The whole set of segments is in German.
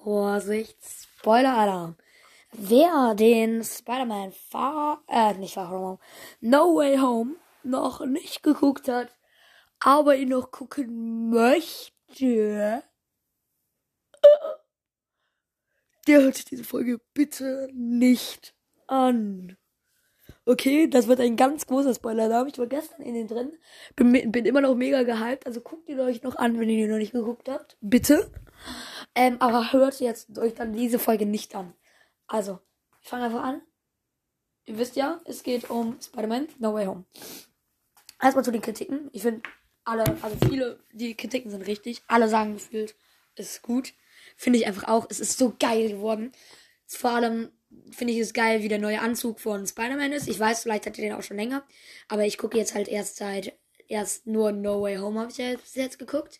Vorsicht, Spoiler-Alarm. Wer den Spider-Man No Way Home noch nicht geguckt hat, aber ihn noch gucken möchte, der hört sich diese Folge bitte nicht an. Okay, das wird ein ganz großer Spoiler-Alarm. Ich war gestern in den drin, bin immer noch mega gehypt, also guckt ihr euch noch an, wenn ihr ihn noch nicht geguckt habt. Bitte. Aber hört jetzt euch dann diese Folge nicht an. Also, ich fange einfach an. Ihr wisst ja, es geht um Spider-Man No Way Home. Erstmal zu den Kritiken. Ich finde die Kritiken sind richtig. Alle sagen gefühlt, es ist gut. Finde ich einfach auch. Es ist so geil geworden. Vor allem finde ich es geil, wie der neue Anzug von Spider-Man ist. Ich weiß, vielleicht hat ihr den auch schon länger. Aber ich gucke jetzt halt erst nur No Way Home habe ich ja bis jetzt geguckt.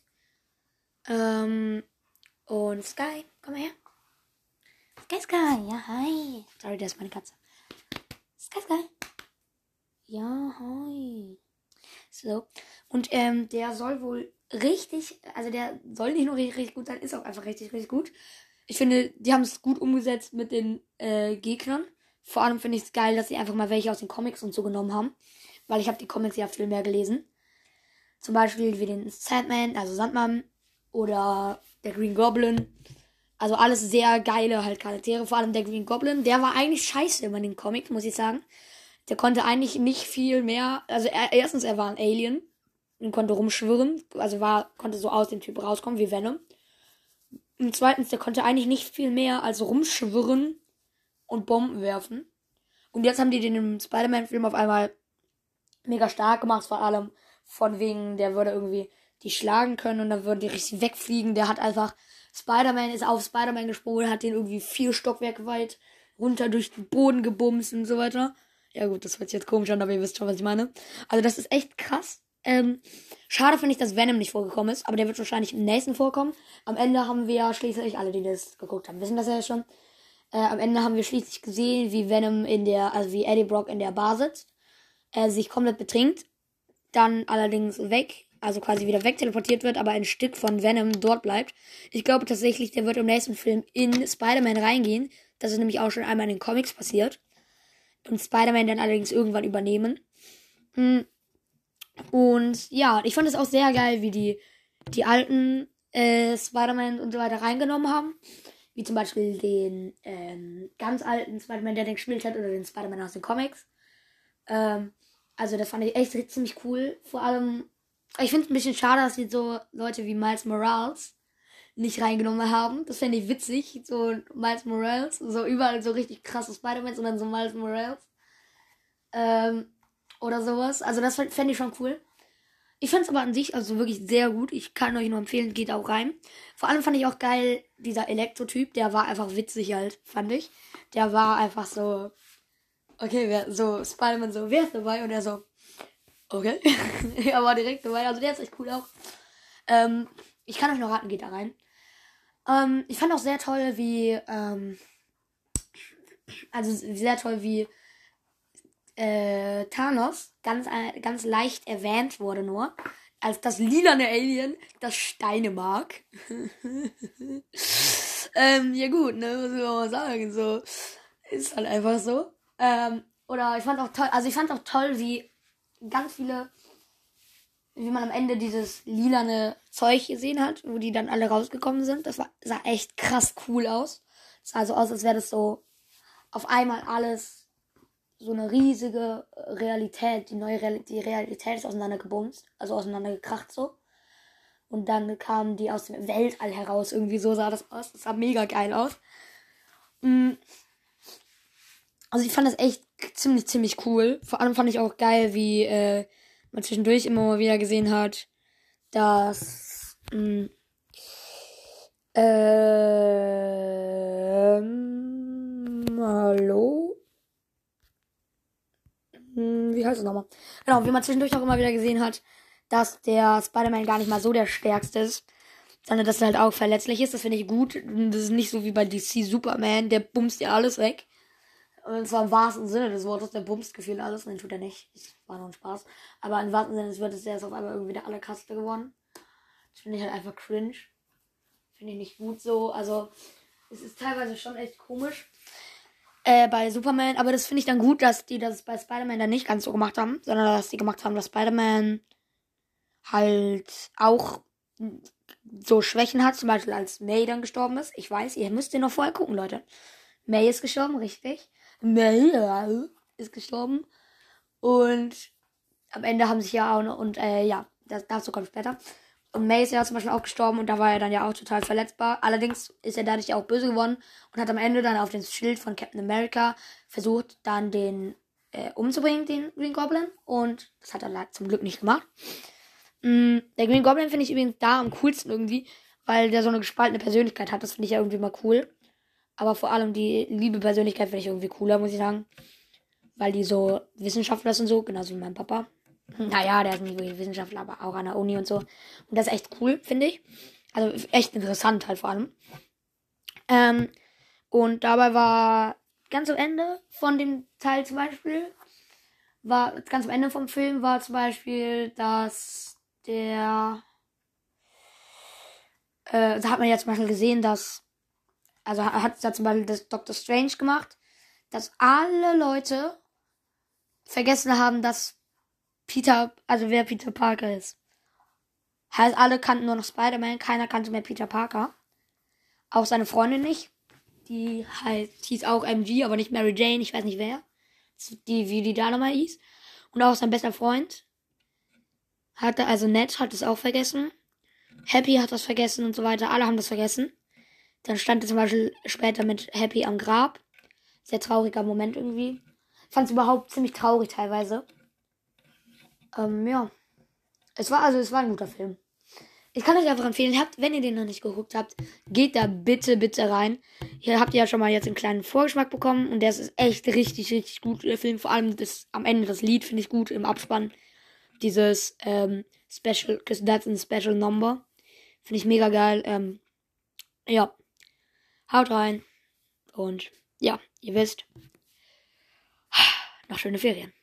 Und Sky, komm mal her. Sky, ja, hi. Sorry, das ist meine Katze. Sky. Ja, hi. So. Und der soll wohl der soll nicht nur richtig gut sein, ist auch einfach richtig gut. Ich finde, die haben es gut umgesetzt mit den Gegnern. Vor allem finde ich es geil, dass sie einfach mal welche aus den Comics und so genommen haben. Weil ich habe die Comics ja viel mehr gelesen. Zum Beispiel wie den Sandman, also Sandmann. Oder der Green Goblin. Also alles sehr geile halt Charaktere. Vor allem der Green Goblin. Der war eigentlich scheiße immer in den Comics, muss ich sagen. Der konnte eigentlich nicht viel mehr. Also erstens, er war ein Alien. Und konnte rumschwirren. Also konnte so aus dem Typ rauskommen wie Venom. Und zweitens, der konnte eigentlich nicht viel mehr als rumschwirren und Bomben werfen. Und jetzt haben die den im Spider-Man-Film auf einmal mega stark gemacht. Vor allem von wegen, der würde irgendwie die schlagen können und dann würden die richtig wegfliegen. Der hat einfach, Spider-Man ist auf Spider-Man gesprungen, hat den irgendwie 4 Stockwerke weit runter durch den Boden gebumst und so weiter. Ja gut, das hört sich jetzt komisch an, aber ihr wisst schon, was ich meine. Also das ist echt krass. Schade finde ich, dass Venom nicht vorgekommen ist, aber der wird wahrscheinlich im nächsten vorkommen. Am Ende haben wir ja schließlich, alle, die das geguckt haben, wissen das ja schon. Am Ende haben wir schließlich gesehen, wie wie Eddie Brock in der Bar sitzt, sich komplett betrinkt, dann allerdings also quasi wieder wegteleportiert wird, aber ein Stück von Venom dort bleibt. Ich glaube tatsächlich, der wird im nächsten Film in Spider-Man reingehen. Das ist nämlich auch schon einmal in den Comics passiert. Und Spider-Man dann allerdings irgendwann übernehmen. Und ja, ich fand es auch sehr geil, wie die alten Spider-Man und so weiter reingenommen haben. Wie zum Beispiel den ganz alten Spider-Man, der den gespielt hat, oder den Spider-Man aus den Comics. Also das fand ich echt ziemlich cool. Vor allem, ich finde es ein bisschen schade, dass sie so Leute wie Miles Morales nicht reingenommen haben. Das fände ich witzig. So Miles Morales, so überall so richtig krasse Spider-Mans und dann so Miles Morales. Oder sowas. Also das fände ich schon cool. Ich fand es aber an sich also wirklich sehr gut. Ich kann euch nur empfehlen, geht auch rein. Vor allem fand ich auch geil, dieser Elektro-Typ, der war einfach witzig halt, fand ich. Der war einfach so, okay, so Spider-Man so, wer ist dabei? Und er so, okay. Er war direkt dabei. Also der ist echt cool auch. Ich kann euch noch raten, geht da rein. Ich fand auch sehr toll, wie Thanos ganz leicht erwähnt wurde nur, als das lilane Alien, das Steine mag. Ja gut, ne, was will man mal sagen, so, ist halt einfach so. Oder ich fand auch toll, wie man am Ende dieses lilane Zeug gesehen hat, wo die dann alle rausgekommen sind. Sah echt krass cool aus. Es sah so aus, als wäre das so auf einmal alles so eine riesige Realität, die Realität ist auseinandergebumst, also auseinandergekracht so. Und dann kamen die aus dem Weltall heraus, irgendwie so sah das aus. Das sah mega geil aus. Also ich fand das echt ziemlich cool. Vor allem fand ich auch geil, wie man zwischendurch immer mal wieder gesehen hat, dass hallo? Wie heißt es nochmal? Genau, wie man zwischendurch auch immer wieder gesehen hat, dass der Spider-Man gar nicht mal so der stärkste ist, sondern dass er halt auch verletzlich ist. Das finde ich gut. Das ist nicht so wie bei DC Superman, der bumst ja alles weg. Und zwar im wahrsten Sinne des Wortes, der bumst gefühlt alles. Nein, tut er nicht. Das war nur ein Spaß. Aber im wahrsten Sinne des Wortes ist er jetzt auf einmal irgendwie der Allerkrasseste geworden. Das finde ich halt einfach cringe. Finde ich nicht gut so. Also, Es ist teilweise schon echt komisch. Bei Superman, aber das finde ich dann gut, dass die das bei Spider-Man dann nicht ganz so gemacht haben, sondern dass die gemacht haben, dass Spider-Man halt auch so Schwächen hat, zum Beispiel als May dann gestorben ist. Ich weiß, ihr müsst den noch vorher gucken, Leute. May ist gestorben, richtig. May ist gestorben. Und am Ende haben sich ja auch noch, und ja, dazu kommt später. Und May ist ja zum Beispiel auch gestorben und da war er dann ja auch total verletzbar. Allerdings ist er dadurch ja auch böse geworden und hat am Ende dann auf den Schild von Captain America versucht, dann den umzubringen, den Green Goblin. Und das hat er zum Glück nicht gemacht. Der Green Goblin finde ich übrigens da am coolsten irgendwie, weil der so eine gespaltene Persönlichkeit hat. Das finde ich ja irgendwie mal cool. Aber vor allem die liebe Persönlichkeit finde ich irgendwie cooler, muss ich sagen. Weil die so Wissenschaftler ist und so, genauso wie mein Papa. Naja, der ist nicht wirklich Wissenschaftler, aber auch an der Uni und so. Und das ist echt cool, finde ich. Also echt interessant halt vor allem. Und dabei war ganz am Ende von dem Teil zum Beispiel, ganz am Ende vom Film war zum Beispiel, dass da hat man ja zum Beispiel gesehen, also hat da zum Beispiel das Doctor Strange gemacht, dass alle Leute vergessen haben, dass wer Peter Parker ist. Heißt, alle kannten nur noch Spider-Man, keiner kannte mehr Peter Parker. Auch seine Freundin nicht. Die hieß auch MG, aber nicht Mary Jane, ich weiß nicht wer. Wie die da nochmal hieß. Und auch sein bester Freund Ned hat es auch vergessen. Happy hat das vergessen und so weiter. Alle haben das vergessen. Dann stand er zum Beispiel später mit Happy am Grab. Sehr trauriger Moment irgendwie. Fand es überhaupt ziemlich traurig teilweise. Ja. Es war ein guter Film. Ich kann euch einfach empfehlen, wenn ihr den noch nicht geguckt habt, geht da bitte, bitte rein. Hier habt ihr ja schon mal jetzt einen kleinen Vorgeschmack bekommen und der ist echt richtig, richtig gut, der Film. Vor allem am Ende das Lied finde ich gut im Abspann. Dieses Special, 'cause that's a special number. Finde ich mega geil. Ja. Haut rein. Und ja, ihr wisst, noch schöne Ferien.